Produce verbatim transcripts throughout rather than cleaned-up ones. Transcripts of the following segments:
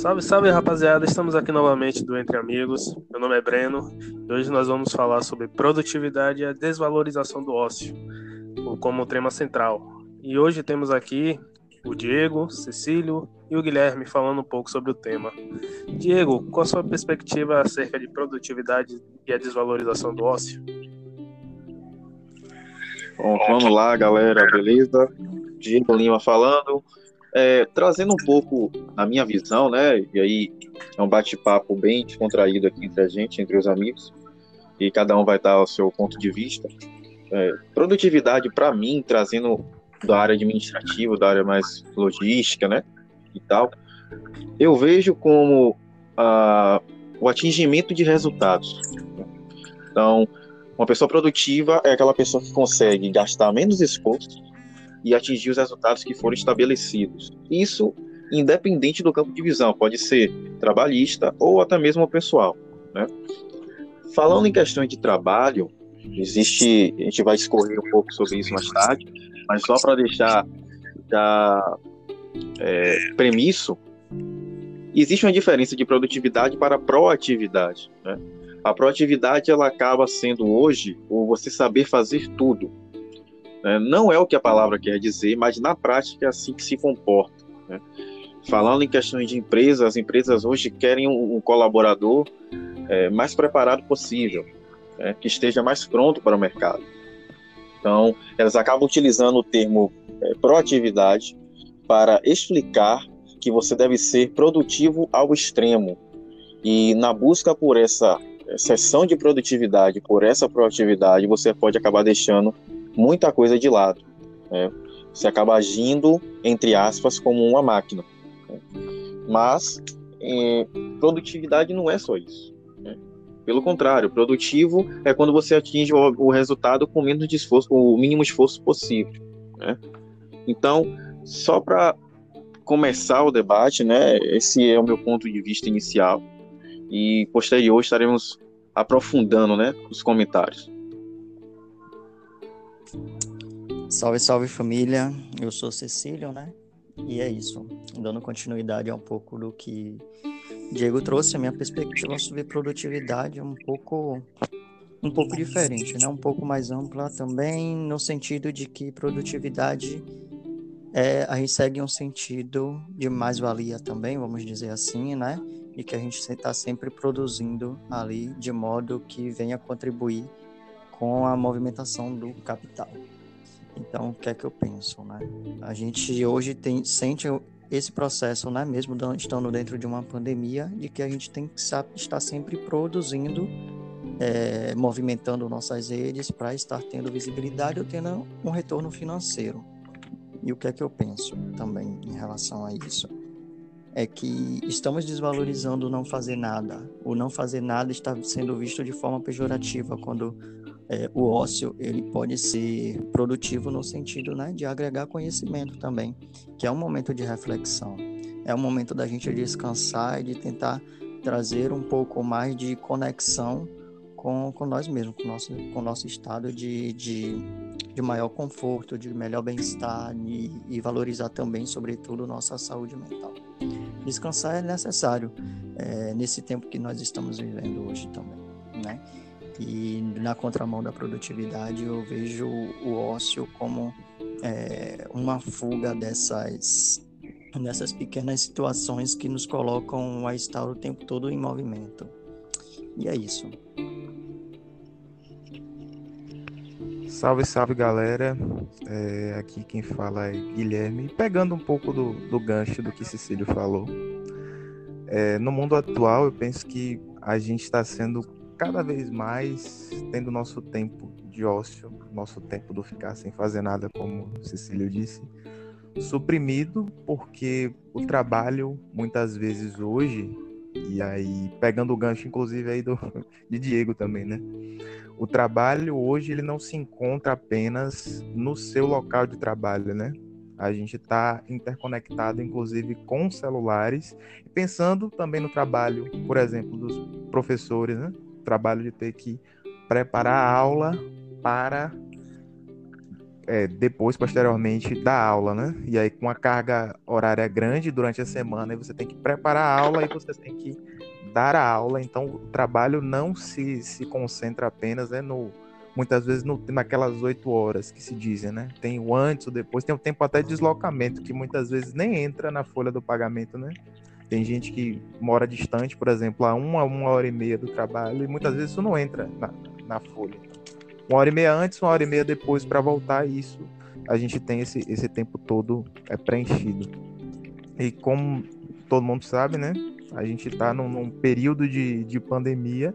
Salve, salve rapaziada, estamos aqui novamente do Entre Amigos. Meu nome é Breno e hoje nós vamos falar sobre produtividade e a desvalorização do ócio, como tema central. E hoje temos aqui o Diego, Cecílio e o Guilherme falando um pouco sobre o tema. Diego, qual a sua perspectiva acerca de produtividade e a desvalorização do ócio? Bom, vamos lá, galera, beleza? Diego Lima falando, é, trazendo um pouco a minha visão, né? E aí é um bate-papo bem descontraído aqui entre a gente, entre os amigos, e cada um vai dar o seu ponto de vista. É, produtividade, para mim, trazendo da área administrativa, da área mais logística, né? E tal, eu vejo como ah, o atingimento de resultados. Então, uma pessoa produtiva é aquela pessoa que consegue gastar menos esforço e atingir os resultados que foram estabelecidos. Isso independente do campo de visão, pode ser trabalhista ou até mesmo pessoal, né? Falando em questões de trabalho, existe, a gente vai discorrer um pouco sobre isso mais tarde, mas só para deixar já, é, premisso, existe uma diferença de produtividade para proatividade, né? A proatividade ela acaba sendo hoje o você saber fazer tudo. Né? Não é o que a palavra quer dizer, mas na prática é assim que se comporta. Né? Falando em questões de empresas, as empresas hoje querem um, um colaborador é, mais preparado possível, né? Que esteja mais pronto para o mercado. Então, elas acabam utilizando o termo é, proatividade para explicar que você deve ser produtivo ao extremo. E na busca por essa exceção de produtividade, por essa proatividade, você pode acabar deixando muita coisa de lado. Né? Você acaba agindo, entre aspas, como uma máquina. Né? Mas eh, produtividade não é só isso. Né? Pelo contrário, produtivo é quando você atinge o, o resultado com menos de esforço, o mínimo esforço possível. Né? Então, só para começar o debate, né, esse é o meu ponto de vista inicial. E posterior estaremos aprofundando, né, os comentários. Salve, salve família, eu sou Cecílio, né? E é isso, dando continuidade a um pouco do que Diego trouxe, a minha perspectiva sobre produtividade é um pouco, um pouco diferente, né? Um pouco mais ampla também, no sentido de que produtividade é, a gente segue um sentido de mais-valia também, vamos dizer assim, né? E que a gente está sempre produzindo ali de modo que venha contribuir com a movimentação do capital. Então, o que é que eu penso, né? A gente hoje tem, sente esse processo, né? Mesmo estando dentro de uma pandemia, de que a gente tem que estar sempre produzindo, é, movimentando nossas redes para estar tendo visibilidade ou tendo um retorno financeiro. E o que é que eu penso também em relação a isso? É que estamos desvalorizando o não fazer nada. O não fazer nada está sendo visto de forma pejorativa, quando é, o ócio ele pode ser produtivo no sentido, né, de agregar conhecimento também, que é um momento de reflexão. É um momento da gente descansar e de tentar trazer um pouco mais de conexão com, com nós mesmos, com o nosso, com o nosso estado de, de, de maior conforto, de melhor bem-estar e, e valorizar também, sobretudo, nossa saúde mental. Descansar é necessário é, nesse tempo que nós estamos vivendo hoje também, né? E na contramão da produtividade eu vejo o ócio como é, uma fuga dessas, dessas pequenas situações que nos colocam a estar o tempo todo em movimento. E é isso. Salve, salve galera, é, aqui quem fala é Guilherme, pegando um pouco do, do gancho do que Cecílio falou. É, no mundo atual eu penso que a gente está sendo cada vez mais tendo nosso tempo de ócio, nosso tempo do ficar sem fazer nada, como Cecílio disse, suprimido, porque o trabalho muitas vezes hoje, e aí pegando o gancho inclusive aí do, de Diego também, né? O trabalho hoje ele não se encontra apenas no seu local de trabalho, né? A gente está interconectado, inclusive, com celulares, pensando também no trabalho, por exemplo, dos professores, né? O trabalho de ter que preparar a aula para é, depois, posteriormente, dar aula, né? E aí, com a carga horária grande durante a semana, aí você tem que preparar a aula e você tem que dar a aula. Então, o trabalho não se, se concentra apenas, né, no, muitas vezes no, naquelas oito horas que se dizem, né? Tem o antes, o depois, tem o tempo até de deslocamento, que muitas vezes nem entra na folha do pagamento, né? Tem gente que mora distante, por exemplo, a uma, uma hora e meia do trabalho, e muitas vezes isso não entra na, na folha. Uma hora e meia antes, uma hora e meia depois para voltar, e isso a gente tem esse, esse tempo todo é, preenchido. E como todo mundo sabe, né? A gente está num, num período de, de pandemia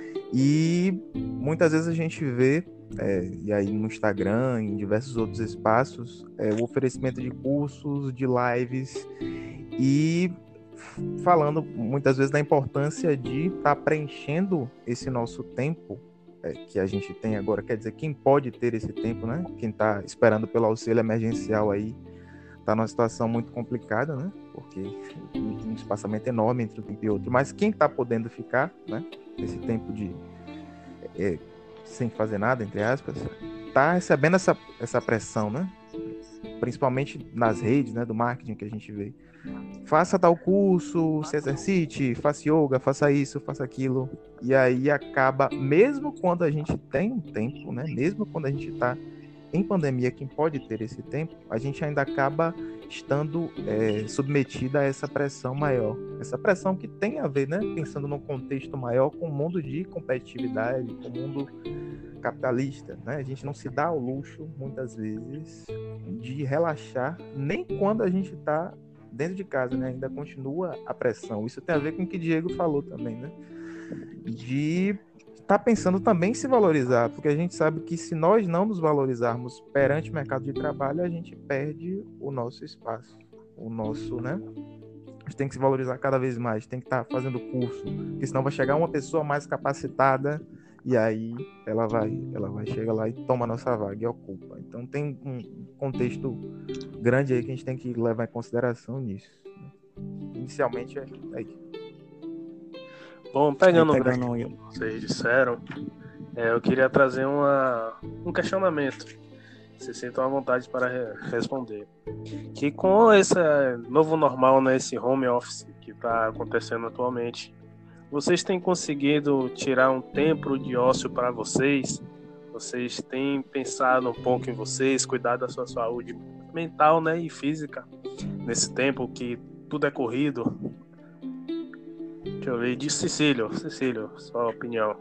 e muitas vezes a gente vê, é, e aí no Instagram, em diversos outros espaços, é, o oferecimento de cursos, de lives e falando muitas vezes da importância de estar tá preenchendo esse nosso tempo é, que a gente tem agora. Quer dizer, quem pode ter esse tempo, né? Quem está esperando pelo auxílio emergencial aí está numa situação muito complicada, né? Porque tem um espaçamento enorme entre um tempo e outro. Mas quem está podendo ficar, né? Esse tempo de é, sem fazer nada, entre aspas, está recebendo essa, essa pressão, né? Principalmente nas redes, né? Do marketing que a gente vê. Faça tal curso, se exercite, faça yoga, faça isso, faça aquilo. E aí acaba, mesmo quando a gente tem um tempo, né? Mesmo quando a gente está em pandemia, quem pode ter esse tempo, a gente ainda acaba estando é, submetida a essa pressão maior. Essa pressão que tem a ver, né? Pensando num contexto maior, com o mundo de competitividade, com o mundo capitalista, né? A gente não se dá ao luxo, muitas vezes, de relaxar, nem quando a gente está dentro de casa, né? Ainda continua a pressão. Isso tem a ver com o que o Diego falou também, né? De estar tá pensando também em se valorizar, porque a gente sabe que se nós não nos valorizarmos perante o mercado de trabalho, a gente perde o nosso espaço, o nosso, né? A gente tem que se valorizar cada vez mais, tem que estar tá fazendo curso, porque senão vai chegar uma pessoa mais capacitada e aí ela vai, ela vai chegar lá e toma a nossa vaga e ocupa. Então tem um contexto grande aí que a gente tem que levar em consideração nisso. Inicialmente é aí. Bom, pegando Aí, o pegando que vocês disseram, é, eu queria trazer uma, um questionamento. Se sintam à vontade para re- responder. Que com esse novo normal, né, esse home office que está acontecendo atualmente, vocês têm conseguido tirar um tempo de ócio para vocês? Vocês têm pensado um pouco em vocês, cuidar da sua saúde mental, né, e física nesse tempo que tudo é corrido? Deixa eu ver, de Cecílio. Cecílio, sua opinião.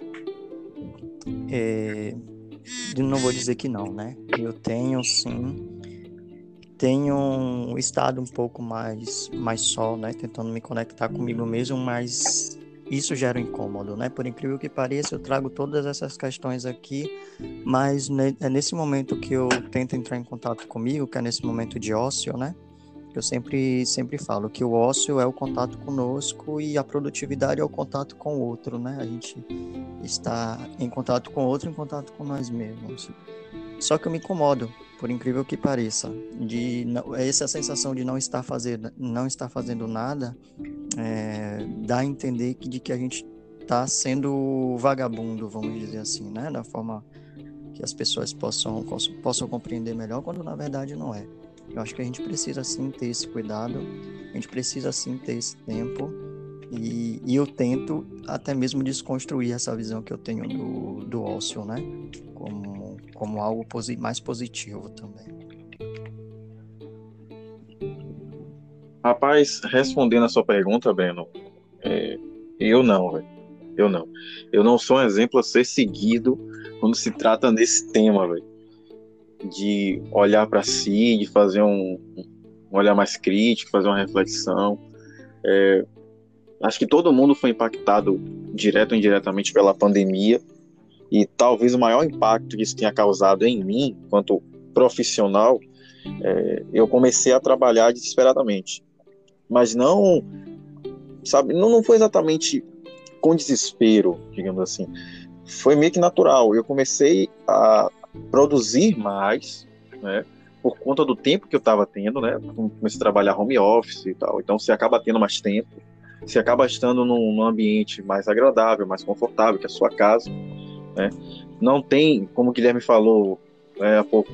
É, não vou dizer que não, né? Eu tenho, sim, tenho estado um pouco mais, mais só, né? Tentando me conectar comigo mesmo, mas isso gera um incômodo, né? Por incrível que pareça, eu trago todas essas questões aqui, mas é nesse momento que eu tento entrar em contato comigo, que é nesse momento de ócio, né? Eu sempre, sempre falo que o ócio é o contato conosco e a produtividade é o contato com o outro, né? A gente está em contato com o outro, em contato com nós mesmos. Só que eu me incomodo, por incrível que pareça, de não, essa sensação de não estar fazendo, não estar fazendo nada, é, dá a entender que, de que a gente está sendo vagabundo, vamos dizer assim, né? Da forma que as pessoas possam, possam compreender melhor, quando na verdade não é. Eu acho que a gente precisa sim ter esse cuidado, a gente precisa sim ter esse tempo, e, e eu tento até mesmo desconstruir essa visão que eu tenho do, do ócio, né? Como, como algo posi- mais positivo também. Rapaz, respondendo a sua pergunta, Breno, é, eu não, velho. Eu não. Eu não sou um exemplo a ser seguido quando se trata desse tema, velho. De olhar para si, de fazer um, um olhar mais crítico, fazer uma reflexão. É, acho que todo mundo foi impactado direto ou indiretamente pela pandemia, e talvez o maior impacto que isso tenha causado em mim, enquanto profissional, é, eu comecei a trabalhar desesperadamente. Mas não, sabe, não, não foi exatamente com desespero, digamos assim. Foi meio que natural. Eu comecei a produzir mais, né, por conta do tempo que eu estava tendo, né, comecei a trabalhar home office e tal, então você acaba tendo mais tempo, você acaba estando num, num ambiente mais agradável, mais confortável, que é a sua casa, né, não tem, como o Guilherme falou é, há pouco,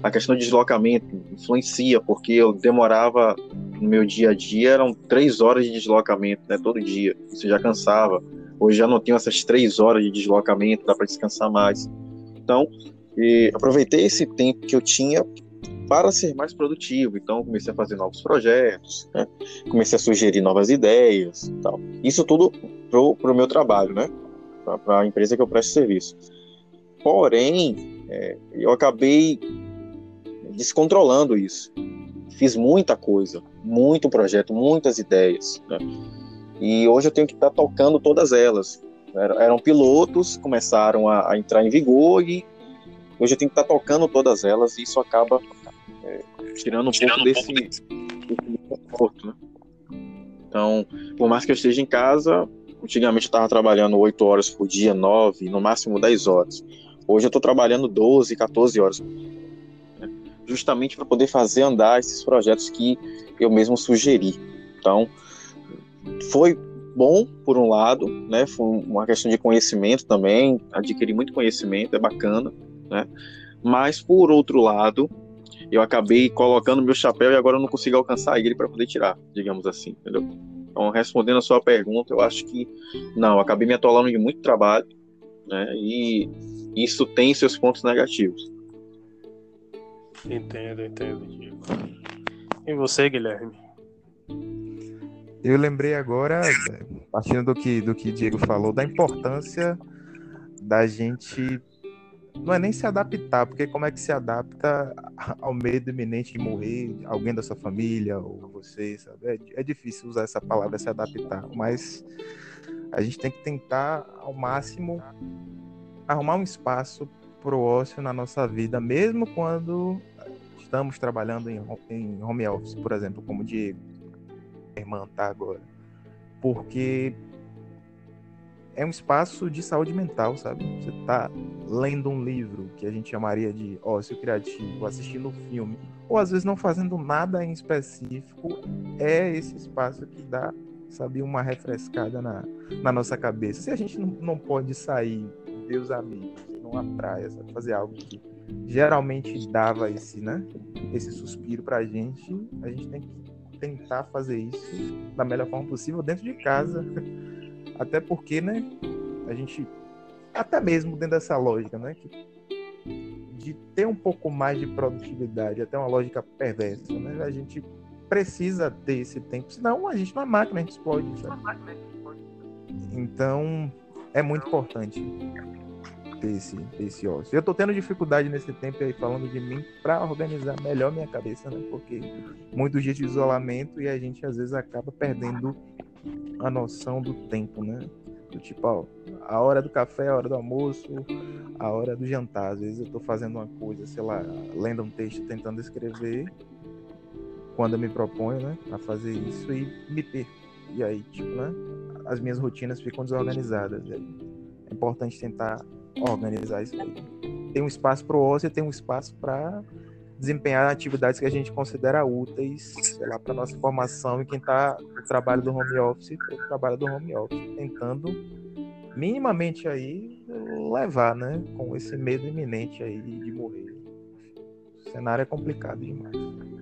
a questão de deslocamento influencia, porque eu demorava, no meu dia a dia, eram três horas de deslocamento, né, todo dia. Isso já cansava. Hoje já não tenho essas três horas de deslocamento, dá para descansar mais. Então, e aproveitei esse tempo que eu tinha para ser mais produtivo. Então, comecei a fazer novos projetos, né? Comecei a sugerir novas ideias, tal. Isso tudo para o meu trabalho, né? Para a empresa que eu presto serviço. Porém, é, eu acabei descontrolando isso. Fiz muita coisa, muito projeto, muitas ideias, né? E hoje eu tenho que estar tocando todas elas. Eram, eram pilotos, começaram a, a entrar em vigor e hoje eu tenho que estar tocando todas elas e isso acaba é, tirando um tirando pouco um desse, pouco desse conforto, né? Então, por mais que eu esteja em casa, antigamente eu estava trabalhando oito horas por dia, nove, no máximo dez horas. Hoje eu estou trabalhando doze, quatorze horas por dia, né? Justamente para poder fazer andar esses projetos que eu mesmo sugeri. Então, foi bom, por um lado, né? Foi uma questão de conhecimento também, adquiri muito conhecimento, é bacana, né? Mas, por outro lado, eu acabei colocando meu chapéu e agora eu não consigo alcançar ele para poder tirar, digamos assim, entendeu? Então, respondendo a sua pergunta, eu acho que não, eu acabei me atolando de muito trabalho, né? E isso tem seus pontos negativos. Entendo, entendo, Diego. E você, Guilherme? Eu lembrei agora, partindo do que do que Diego falou, da importância da gente, não é nem se adaptar, porque como é que se adapta ao medo iminente de morrer alguém da sua família ou você, sabe? É, é difícil usar essa palavra, se adaptar, mas a gente tem que tentar ao máximo arrumar um espaço para o ócio na nossa vida, mesmo quando estamos trabalhando em, em home office, por exemplo, como o Diego, minha irmã tá agora, porque é um espaço de saúde mental, sabe? Você tá lendo um livro que a gente chamaria de ócio criativo, assistindo um filme, ou às vezes não fazendo nada em específico, é esse espaço que dá, sabe, uma refrescada na, na nossa cabeça. Se a gente não, não pode sair, ver os amigos, numa praia, sabe, fazer algo que geralmente dava esse, né, esse suspiro pra gente, a gente tem que tentar fazer isso da melhor forma possível dentro de casa, até porque, né, a gente, até mesmo dentro dessa lógica, né, que, de ter um pouco mais de produtividade, até uma lógica perversa, né, a gente precisa ter esse tempo, senão a gente não é máquina, a gente explode, sabe? Então, é muito importante ter esse, ter esse ócio. Eu tô tendo dificuldade nesse tempo aí, falando de mim, para organizar melhor minha cabeça, né? Porque muitos dias de isolamento e a gente às vezes acaba perdendo a noção do tempo, né? Do tipo, ó, a hora do café, a hora do almoço, a hora do jantar. Às vezes eu tô fazendo uma coisa, sei lá, lendo um texto, tentando escrever, quando eu me proponho, né, a fazer isso e me perco. E aí, tipo, né, as minhas rotinas ficam desorganizadas. É importante tentar organizar isso aí. Tem um espaço para o ócio e tem um espaço para desempenhar atividades que a gente considera úteis, sei lá, para nossa formação, e quem está no trabalho do home office, o trabalho do home office, tentando minimamente aí levar, né, com esse medo iminente aí de morrer. O cenário é complicado demais.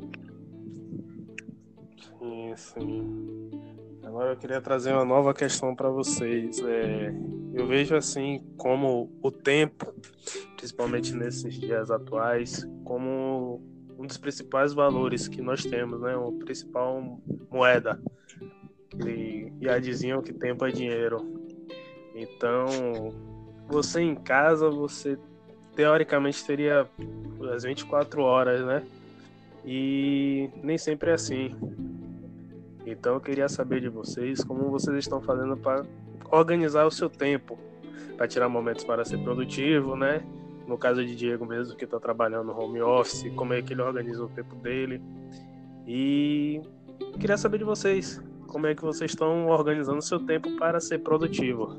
Sim, sim. Agora eu queria trazer uma nova questão para vocês. É, eu vejo assim como o tempo, principalmente nesses dias atuais, como um dos principais valores que nós temos, né? O principal moeda. E já diziam que tempo é dinheiro. Então, você em casa, você teoricamente teria as vinte e quatro horas, né? E nem sempre é assim. Então eu queria saber de vocês como vocês estão fazendo para organizar o seu tempo, para tirar momentos para ser produtivo, né? No caso de Diego mesmo, que está trabalhando no home office, como é que ele organiza o tempo dele. E queria saber de vocês, como é que vocês estão organizando o seu tempo para ser produtivo.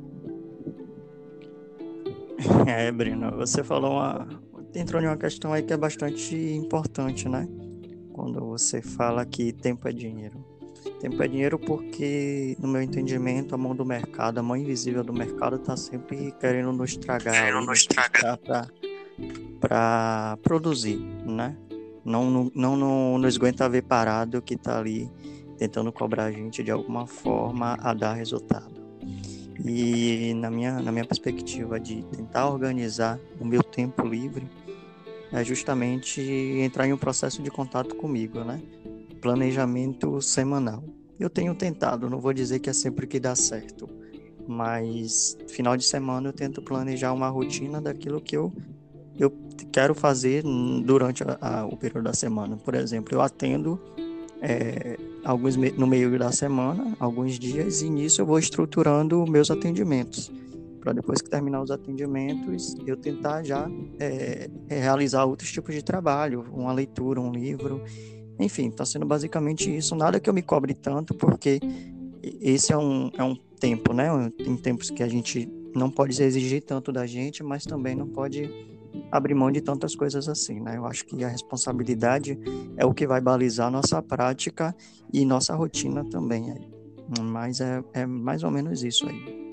É, Breno, você falou uma... entrou em uma questão aí que é bastante importante, né? Quando você fala que tempo é dinheiro. Tempo é dinheiro porque, no meu entendimento, a mão do mercado, a mão invisível do mercado está sempre querendo nos estragar, querendo nos estragar para para produzir, né? Não, não, não, não nos aguenta ver parado que está ali tentando cobrar a gente de alguma forma a dar resultado. E na minha, na minha perspectiva de tentar organizar o meu tempo livre, é justamente entrar em um processo de contato comigo, né? Planejamento semanal. Eu tenho tentado, não vou dizer que é sempre que dá certo, mas final de semana eu tento planejar uma rotina daquilo que eu, eu quero fazer durante a, a, o período da semana. Por exemplo, eu atendo é, alguns me- no meio da semana, alguns dias, e nisso eu vou estruturando meus atendimentos, para depois que terminar os atendimentos, eu tentar já é, realizar outros tipos de trabalho, uma leitura, um livro, enfim, está sendo basicamente isso. Nada que eu me cobre tanto, porque esse é um, é um tempo, né? Tem tempos que a gente não pode exigir tanto da gente, mas também não pode abrir mão de tantas coisas assim, né? Eu acho que a responsabilidade é o que vai balizar nossa prática e nossa rotina também. Mas é, é mais ou menos isso aí.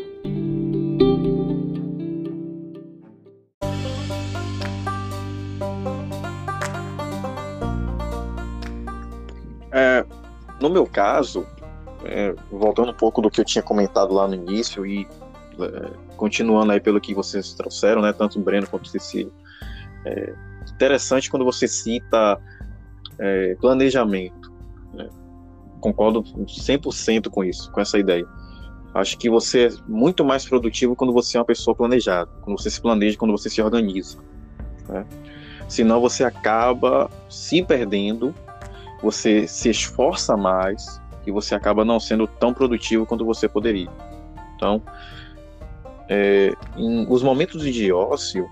É, no meu caso, é, voltando um pouco do que eu tinha comentado lá no início e é, continuando aí pelo que vocês trouxeram, né, tanto o Breno quanto o Cecílio, é interessante quando você cita é, planejamento, né? Concordo cem por cento com isso, com essa ideia. Acho que você é muito mais produtivo quando você é uma pessoa planejada, quando você se planeja, quando você se organiza, né? Senão você acaba se perdendo, você se esforça mais e você acaba não sendo tão produtivo quanto você poderia. Então, é, em, os momentos de ócio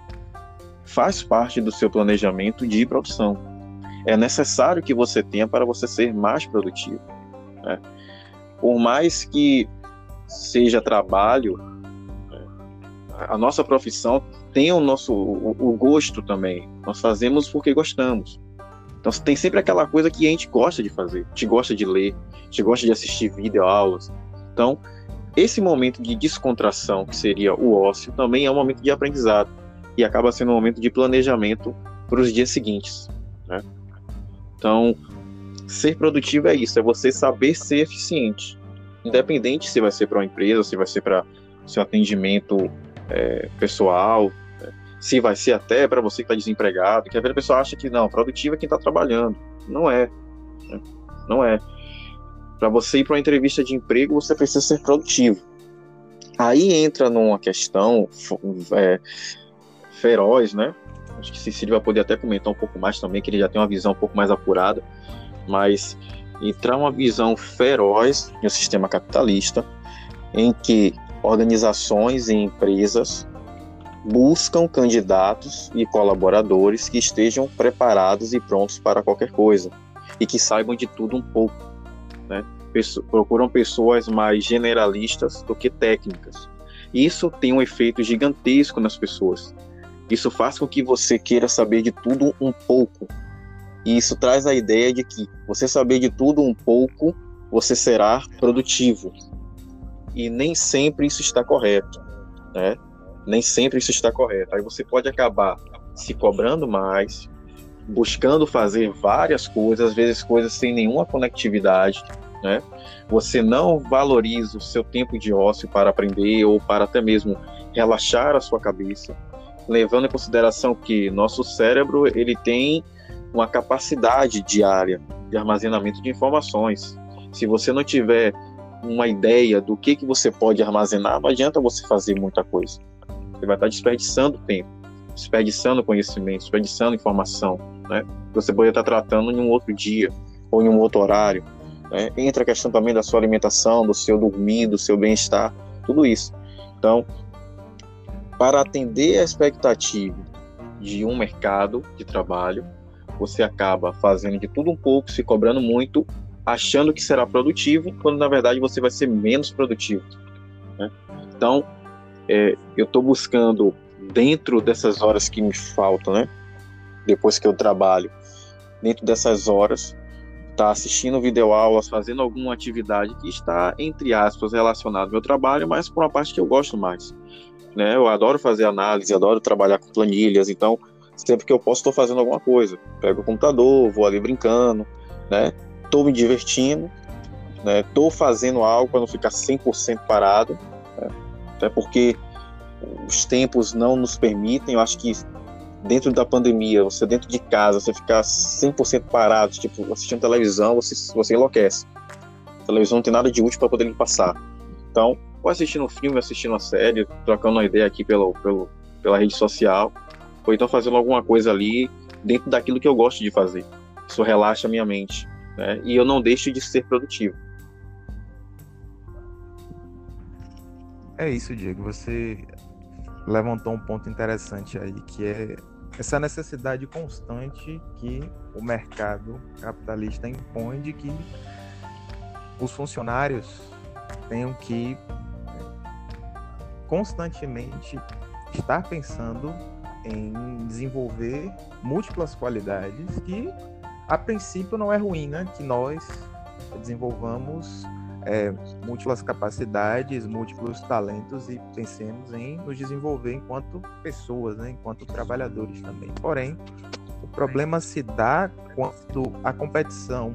faz parte do seu planejamento de produção. É necessário que você tenha para você ser mais produtivo, né? Por mais que seja trabalho, né, a nossa profissão tem o nosso o, o gosto também. Nós fazemos porque gostamos. Então tem sempre aquela coisa que a gente gosta de fazer, a gente gosta de ler, a gente gosta de assistir videoaulas. Então, esse momento de descontração, que seria o ócio, também é um momento de aprendizado e acaba sendo um momento de planejamento para os dias seguintes, né? Então, ser produtivo é isso, é você saber ser eficiente, independente se vai ser para uma empresa, se vai ser para o seu atendimento é, pessoal, se vai ser até para você que está desempregado, que a pessoa acha que não, produtivo é quem está trabalhando. Não é. Né? Não é. Para você ir para uma entrevista de emprego, você precisa ser produtivo. Aí entra numa questão é, feroz, né? Acho que Cecílio vai poder até comentar um pouco mais também, que ele já tem uma visão um pouco mais apurada, mas entrar uma visão feroz de um sistema capitalista em que organizações e empresas buscam candidatos e colaboradores que estejam preparados e prontos para qualquer coisa e que saibam de tudo um pouco, né? Pesso- procuram pessoas mais generalistas do que técnicas. Isso tem um efeito gigantesco nas pessoas. Isso faz com que você queira saber de tudo um pouco. E isso traz a ideia de que você saber de tudo um pouco, você será produtivo. E nem sempre isso está correto, né? Nem sempre isso está correto. Aí você pode acabar se cobrando mais, buscando fazer várias coisas, às vezes coisas sem nenhuma conectividade, né? Você não valoriza o seu tempo de ócio para aprender ou para até mesmo relaxar a sua cabeça, levando em consideração que nosso cérebro ele tem uma capacidade diária de armazenamento de informações. Se você não tiver uma ideia do que, que você pode armazenar, não adianta você fazer muita coisa. Você vai estar desperdiçando tempo, desperdiçando conhecimento, desperdiçando informação, né? Você poderia estar tratando em um outro dia ou em um outro horário, né? Entra a questão também da sua alimentação, do seu dormir, do seu bem-estar, tudo isso. Então, para atender a expectativa de um mercado de trabalho, você acaba fazendo de tudo um pouco, se cobrando muito, achando que será produtivo, quando na verdade você vai ser menos produtivo, né? Então, é, eu estou buscando, dentro dessas horas que me faltam, né, depois que eu trabalho, dentro dessas horas, tá assistindo videoaulas, fazendo alguma atividade que está, entre aspas, relacionada ao meu trabalho, mas por uma parte que eu gosto mais, né? Eu adoro fazer análise, adoro trabalhar com planilhas, então sempre que eu posso estou fazendo alguma coisa. Pego o computador, vou ali brincando, né? Estou me divertindo, né? Estou fazendo algo para não ficar cem por cento parado, né? Até porque os tempos não nos permitem. Eu acho que dentro da pandemia, você dentro de casa, você ficar cem por cento parado, tipo, assistindo televisão, você, você enlouquece. A televisão não tem nada de útil para poder lhe passar. Então, ou assistindo um filme, assistindo uma série, trocando uma ideia aqui pelo, pelo, pela rede social, ou então fazendo alguma coisa ali dentro daquilo que eu gosto de fazer. Isso relaxa a minha mente, né? E eu não deixo de ser produtivo. É isso, Diego. Você levantou um ponto interessante aí, que é essa necessidade constante que o mercado capitalista impõe de que os funcionários tenham que constantemente estar pensando em desenvolver múltiplas qualidades, que a princípio não é ruim, né? Que nós desenvolvamos é, múltiplas capacidades, múltiplos talentos e pensemos em nos desenvolver enquanto pessoas, né? Enquanto trabalhadores também. Porém, o problema se dá quando a competição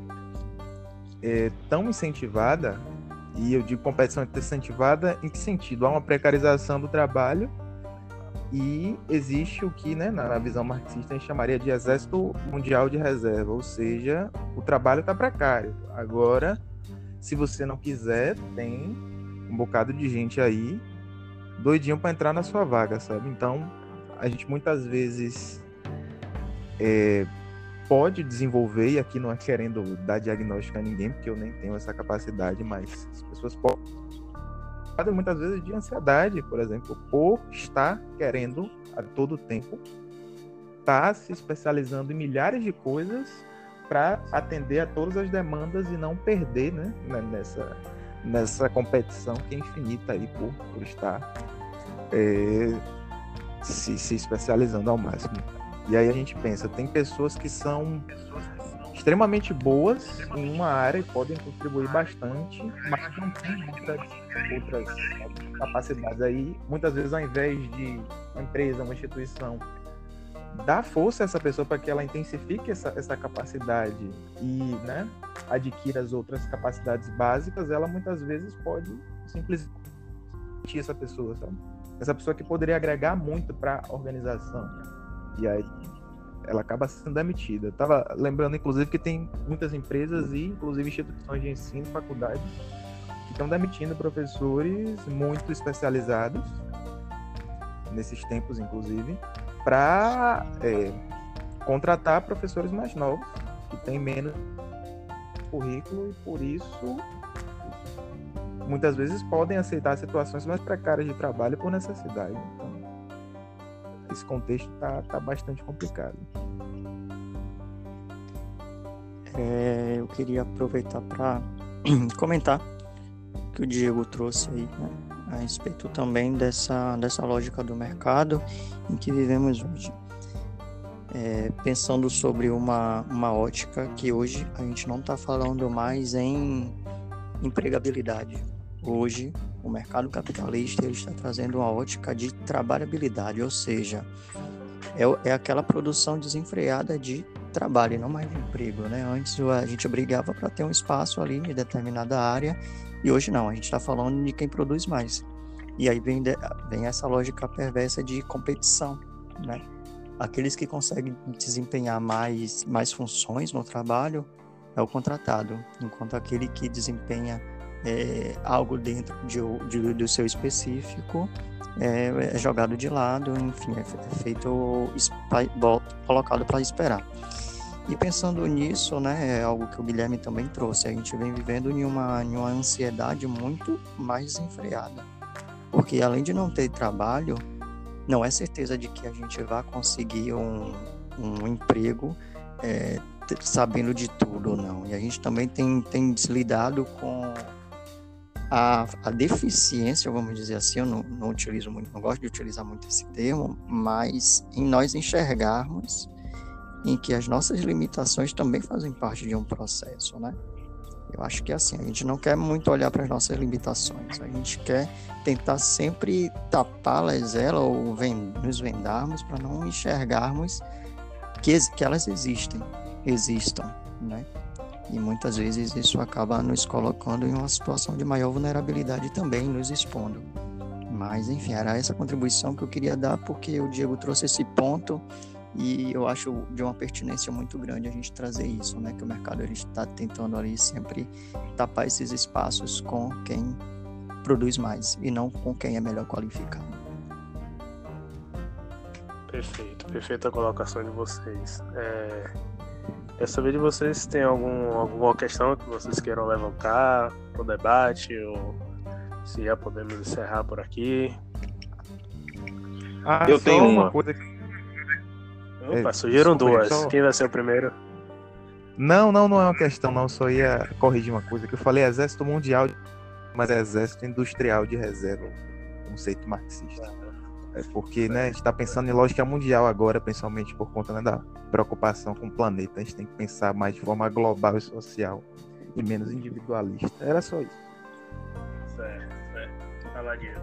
é tão incentivada. E eu digo competição incentivada em que sentido? Há uma precarização do trabalho e existe o que, né, na visão marxista, a gente chamaria de exército mundial de reserva, ou seja, o trabalho está precário. Agora, se você não quiser, tem um bocado de gente aí doidinho para entrar na sua vaga, sabe? Então, a gente muitas vezes é, pode desenvolver, e aqui não é querendo dar diagnóstico a ninguém, porque eu nem tenho essa capacidade, mas as pessoas podem muitas vezes de ansiedade, por exemplo, por estar querendo a todo tempo estar se especializando em milhares de coisas para atender a todas as demandas e não perder, né, nessa, nessa competição que é infinita aí por, por estar é, se, se especializando ao máximo. E aí a gente pensa, tem pessoas que são extremamente boas em uma área e podem contribuir bastante, mas não tem muitas outras capacidades. Aí, muitas vezes, ao invés de uma empresa, uma instituição, dar força a essa pessoa para que ela intensifique essa, essa capacidade e, né, adquira as outras capacidades básicas, ela muitas vezes pode simplesmente essa pessoa, sabe? Essa pessoa que poderia agregar muito para a organização. E aí ela acaba sendo demitida. Estava lembrando, inclusive, que tem muitas empresas e, inclusive, instituições de ensino, faculdades, que estão demitindo professores muito especializados, nesses tempos, inclusive, para é, contratar professores mais novos, que têm menos currículo e, por isso, muitas vezes podem aceitar situações mais precárias de trabalho por necessidade. Então, esse contexto está tá bastante complicado. É, eu queria aproveitar para comentar que o Diego trouxe aí, né, a respeito também dessa, dessa lógica do mercado em que vivemos hoje. É, pensando sobre uma, uma ótica que hoje a gente não está falando mais em empregabilidade. Hoje, o mercado capitalista ele está trazendo uma ótica de trabalhabilidade, ou seja, é, é aquela produção desenfreada de trabalho, não mais de emprego, né? Antes a gente brigava para ter um espaço ali em determinada área e hoje não, a gente está falando de quem produz mais. E aí vem, de, vem essa lógica perversa de competição, né? Aqueles que conseguem desempenhar mais, mais funções no trabalho é o contratado, enquanto aquele que desempenha É, algo dentro de, de, do seu específico é, é jogado de lado, enfim, é, é feito, colocado para esperar. E pensando nisso, né, é algo que o Guilherme também trouxe, a gente vem vivendo em uma, em uma ansiedade muito mais desenfreada, porque além de não ter trabalho, não é certeza de que a gente vai conseguir um, um emprego é, sabendo de tudo ou não, e a gente também tem, tem se lidado com A, a deficiência, vamos dizer assim, eu não, não utilizo muito, não gosto de utilizar muito esse termo, mas em nós enxergarmos em que as nossas limitações também fazem parte de um processo, né? Eu acho que é assim, a gente não quer muito olhar para as nossas limitações, a gente quer tentar sempre tapá-las ela, ou ven- nos vendarmos para não enxergarmos que, ex- que elas existem, existam, né? E muitas vezes isso acaba nos colocando em uma situação de maior vulnerabilidade também, nos expondo. Mas, enfim, era essa contribuição que eu queria dar, porque o Diego trouxe esse ponto e eu acho de uma pertinência muito grande a gente trazer isso, né? Que o mercado está tentando ali sempre tapar esses espaços com quem produz mais e não com quem é melhor qualificado. Perfeito, perfeita colocação de vocês. É, quero saber de vocês se tem algum, alguma questão que vocês queiram levantar para o debate, ou se já podemos encerrar por aqui. Ah, Eu só tenho uma uma. coisa que... Opa, É, surgiram desculpa, duas. só- Quem vai ser o primeiro? Não, não, não é uma questão, não. Só ia corrigir uma coisa que eu falei, Exército Mundial, mas é Exército Industrial de Reserva, conceito marxista. É porque, né, a gente está pensando em lógica mundial agora, principalmente por conta, né, da preocupação com o planeta. A gente tem que pensar mais de forma global e social e menos individualista. Era só isso. Certo, certo. Fala, Diego.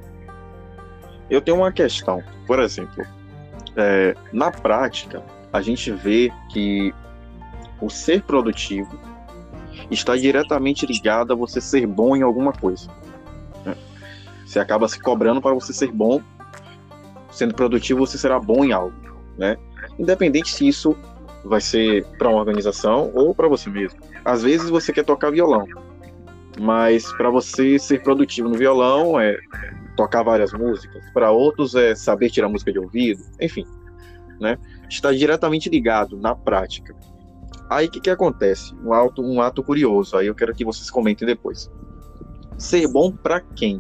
Eu tenho uma questão. Por exemplo, é, na prática, a gente vê que o ser produtivo está diretamente ligado a você ser bom em alguma coisa, né? Você acaba se cobrando para você ser bom. Sendo produtivo, você será bom em algo, né? Independente se isso vai ser para uma organização ou para você mesmo. Às vezes você quer tocar violão, mas para você ser produtivo no violão é tocar várias músicas. Para outros é saber tirar música de ouvido. Enfim, né? Está diretamente ligado na prática. Aí o que, que acontece? Um ato, um ato curioso. Aí eu quero que vocês comentem depois. Ser bom para quem?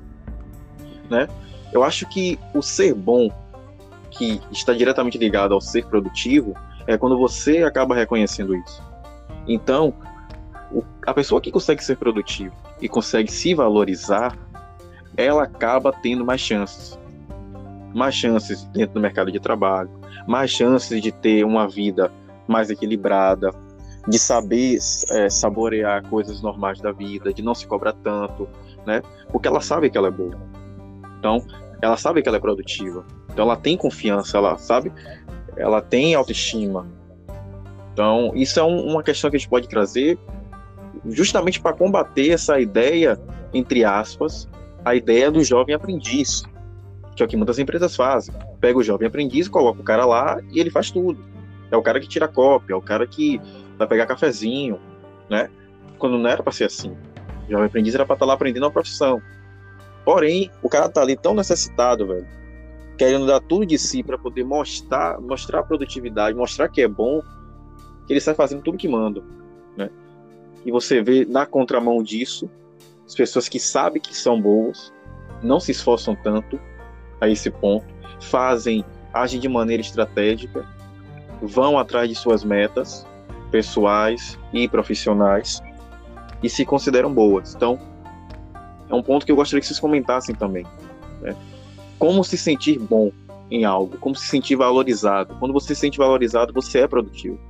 Né? Eu acho que o ser bom, que está diretamente ligado ao ser produtivo, é quando você acaba reconhecendo isso. Então, o, a pessoa que consegue ser produtivo e consegue se valorizar, ela acaba tendo mais chances. Mais chances dentro do mercado de trabalho, mais chances de ter uma vida mais equilibrada, de saber é, saborear coisas normais da vida, de não se cobrar tanto, né? Porque ela sabe que ela é boa. Então, ela sabe que ela é produtiva. Então, ela tem confiança, ela sabe, ela tem autoestima. Então, isso é um, uma questão que a gente pode trazer justamente para combater essa ideia, entre aspas, a ideia do jovem aprendiz, que é o que muitas empresas fazem. Pega o jovem aprendiz, coloca o cara lá e ele faz tudo. É o cara que tira cópia, é o cara que vai pegar cafezinho, né? Quando não era para ser assim. O jovem aprendiz era para estar lá aprendendo uma profissão. Porém, o cara tá ali tão necessitado, velho, querendo dar tudo de si para poder mostrar, mostrar a produtividade, mostrar que é bom, que ele sai fazendo tudo que manda, né? E você vê na contramão disso, as pessoas que sabem que são boas, não se esforçam tanto a esse ponto, fazem, agem de maneira estratégica, vão atrás de suas metas pessoais e profissionais e se consideram boas. Então, é um ponto que eu gostaria que vocês comentassem também, né? Como se sentir bom em algo, como se sentir valorizado. Quando você se sente valorizado, você é produtivo.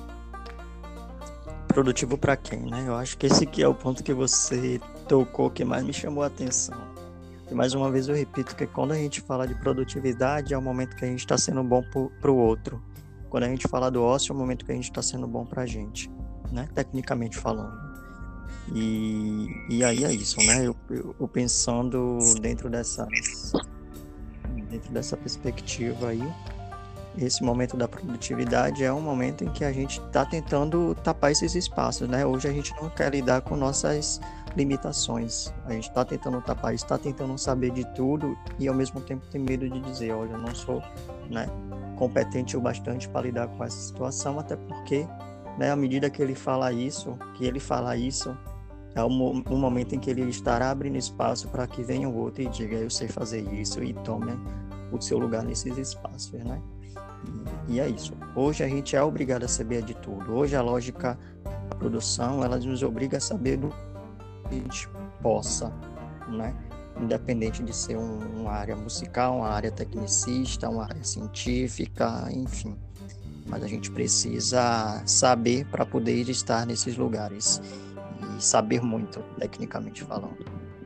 Produtivo para quem, né? Eu acho que esse aqui é o ponto que você tocou, que mais me chamou a atenção. E mais uma vez eu repito que quando a gente fala de produtividade, é o momento que a gente está sendo bom para o outro. Quando a gente fala do ócio, é o momento que a gente está sendo bom para a gente, né? Tecnicamente falando. E, e aí é isso, né? Eu, eu, eu pensando dentro dessa, dentro dessa perspectiva aí, esse momento da produtividade é um momento em que a gente está tentando tapar esses espaços, né? Hoje a gente não quer lidar com nossas limitações. A gente está tentando tapar isso, está tentando saber de tudo e ao mesmo tempo tem medo de dizer, olha, eu não sou, né, competente o bastante para lidar com essa situação, até porque, né, à medida que ele fala isso, que ele fala isso, é um, um momento em que ele estará abrindo espaço para que venha o outro e diga, eu sei fazer isso, e tome o seu lugar nesses espaços, né? E, e é isso. Hoje a gente é obrigado a saber de tudo. Hoje a lógica da produção, ela nos obriga a saber do que a gente possa, né? Independente de ser um, uma área musical, uma área tecnicista, uma área científica, enfim. Mas a gente precisa saber para poder estar nesses lugares. e saber muito, tecnicamente falando.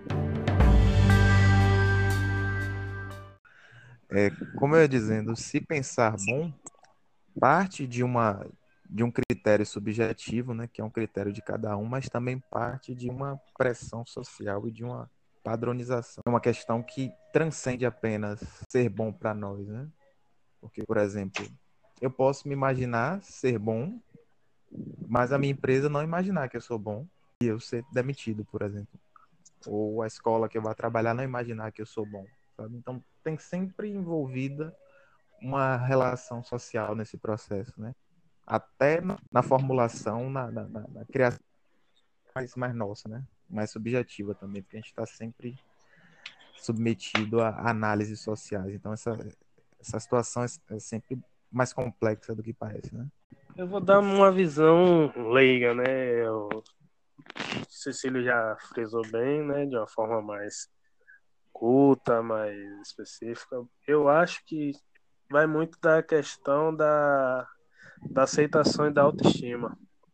É, como eu ia dizendo, se pensar bom, parte de uma de um critério subjetivo, né, que é um critério de cada um, mas também parte de uma pressão social e de uma padronização. É uma questão que transcende apenas ser bom para nós, né? Porque, por exemplo, eu posso me imaginar ser bom, mas a minha empresa não imaginar que eu sou bom e eu ser demitido, por exemplo. Ou a escola que eu vou trabalhar não imaginar que eu sou bom, sabe? Então, tem sempre envolvida uma relação social nesse processo, né? Até na formulação, na, na, na criação mais, mais nossa, né? Mais subjetiva também, porque a gente está sempre submetido a análises sociais. Então, essa, essa situação é sempre mais complexa do que parece, né? Eu vou dar uma visão leiga, né? O Cecílio já frisou bem, né? De uma forma mais culta, mais específica. Eu acho que vai muito da questão da, da aceitação e da autoestima.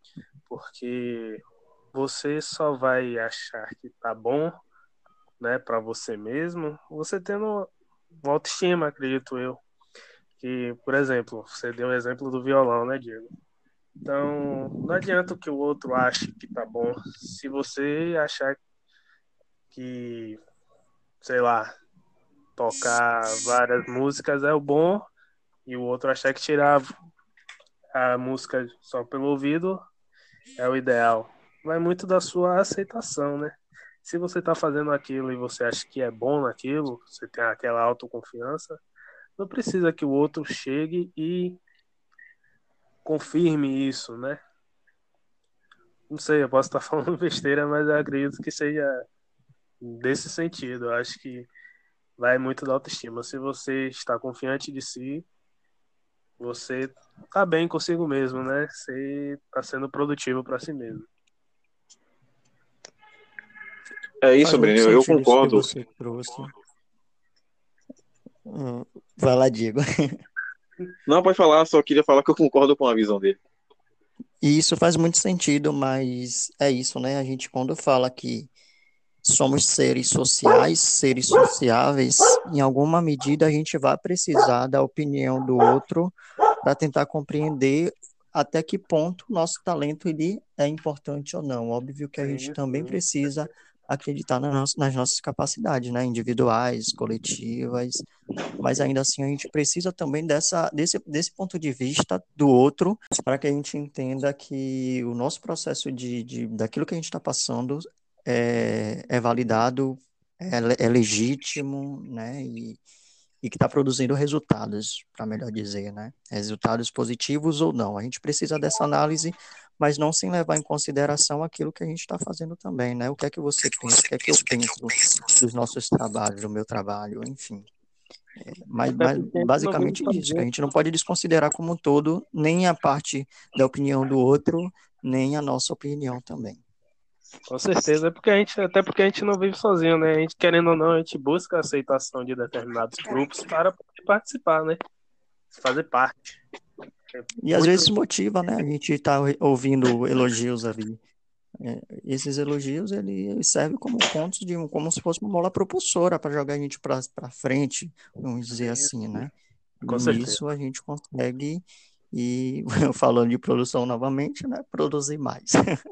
Porque você só vai achar que tá bom, né, para você mesmo, você tendo uma autoestima, acredito eu. Que, por exemplo, você deu o exemplo do violão, né, Diego? Então, não adianta que o outro ache que tá bom. Se você achar que, sei lá, tocar várias músicas é o bom e o outro achar que tirar a música só pelo ouvido é o ideal. Vai muito da sua aceitação, né? Se você tá fazendo aquilo e você acha que é bom naquilo, você tem aquela autoconfiança, não precisa que o outro chegue e confirme isso, né? Não sei, eu posso estar falando besteira, mas eu acredito que seja desse sentido. Eu acho que vai muito da autoestima. Se você está confiante de si, você tá bem consigo mesmo, né? Você tá sendo produtivo para si mesmo. É isso, Faz muito Breno, eu sentido isso que concordo. você trouxe. Hum, Vai lá, Diego. Não, pode falar, só queria falar que eu concordo com a visão dele. E isso faz muito sentido, mas é isso, né? A gente, quando fala que somos seres sociais, seres sociáveis, em alguma medida a gente vai precisar da opinião do outro para tentar compreender até que ponto o nosso talento ele é importante ou não. Óbvio que a gente Sim, também sim. precisa acreditar nas nossas, nas nossas capacidades, né? Individuais, coletivas, mas ainda assim a gente precisa também dessa, desse, desse ponto de vista do outro para que a gente entenda que o nosso processo de, de daquilo que a gente está passando é, é validado, é, le- é legítimo, né? E, e que está produzindo resultados, para melhor dizer, né? Resultados positivos ou não. A gente precisa dessa análise, mas não sem levar em consideração aquilo que a gente está fazendo também, né? O que é que você pensa, o que é que eu penso dos nossos trabalhos, do meu trabalho, enfim. Mas, Até mas porque a gente não vive basicamente isso, que a sozinho. gente não pode desconsiderar como um todo nem a parte da opinião do outro, nem a nossa opinião também. Com certeza, é porque a gente, até porque a gente não vive sozinho, né? A gente, querendo ou não, a gente busca a aceitação de determinados grupos para poder participar, né? Fazer parte. É E às muito vezes motiva, né? A gente está ouvindo elogios ali. É, esses elogios, ele serve como pontos de, um- como se fosse uma mola propulsora para jogar a gente para frente, vamos dizer assim, né? E com certeza. nisso a gente consegue, e falando de produção novamente, né? Produzir mais.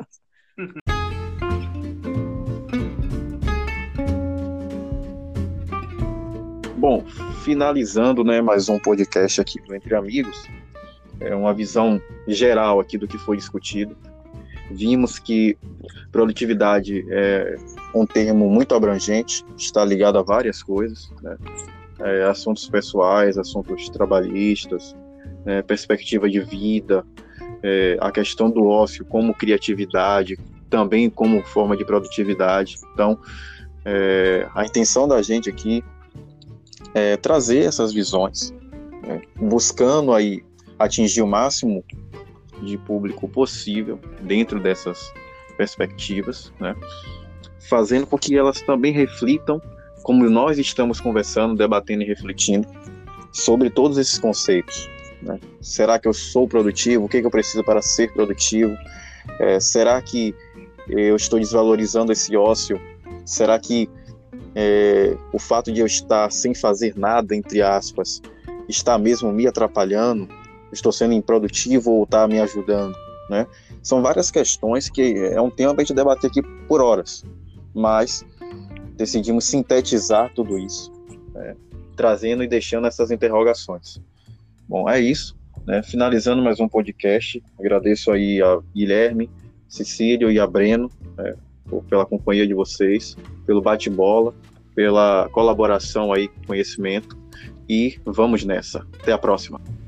Bom, finalizando, né, mais um podcast aqui do Entre Amigos, é uma visão geral aqui do que foi discutido. Vimos que produtividade é um termo muito abrangente, está ligado a várias coisas, né? É, assuntos pessoais, assuntos trabalhistas, né, perspectiva de vida, é, a questão do ócio como criatividade, também como forma de produtividade. Então, é, a intenção da gente aqui é trazer essas visões, né, buscando aí atingir o máximo de público possível dentro dessas perspectivas, né, fazendo com que elas também reflitam, como nós estamos conversando, debatendo e refletindo sobre todos esses conceitos, né? Será que eu sou produtivo? O que, que eu preciso para ser produtivo? É, será que eu estou desvalorizando esse ócio? Será que é, o fato de eu estar sem fazer nada, entre aspas, está mesmo me atrapalhando? Estou sendo improdutivo ou está me ajudando, né? São várias questões que é um tema para a gente debater aqui por horas, mas decidimos sintetizar tudo isso, né, trazendo e deixando essas interrogações. Bom, é isso, né? Finalizando mais um podcast, agradeço aí a Guilherme, Cecílio e a Breno, né, pela companhia de vocês, pelo bate-bola, pela colaboração aí com conhecimento, e vamos nessa. Até a próxima.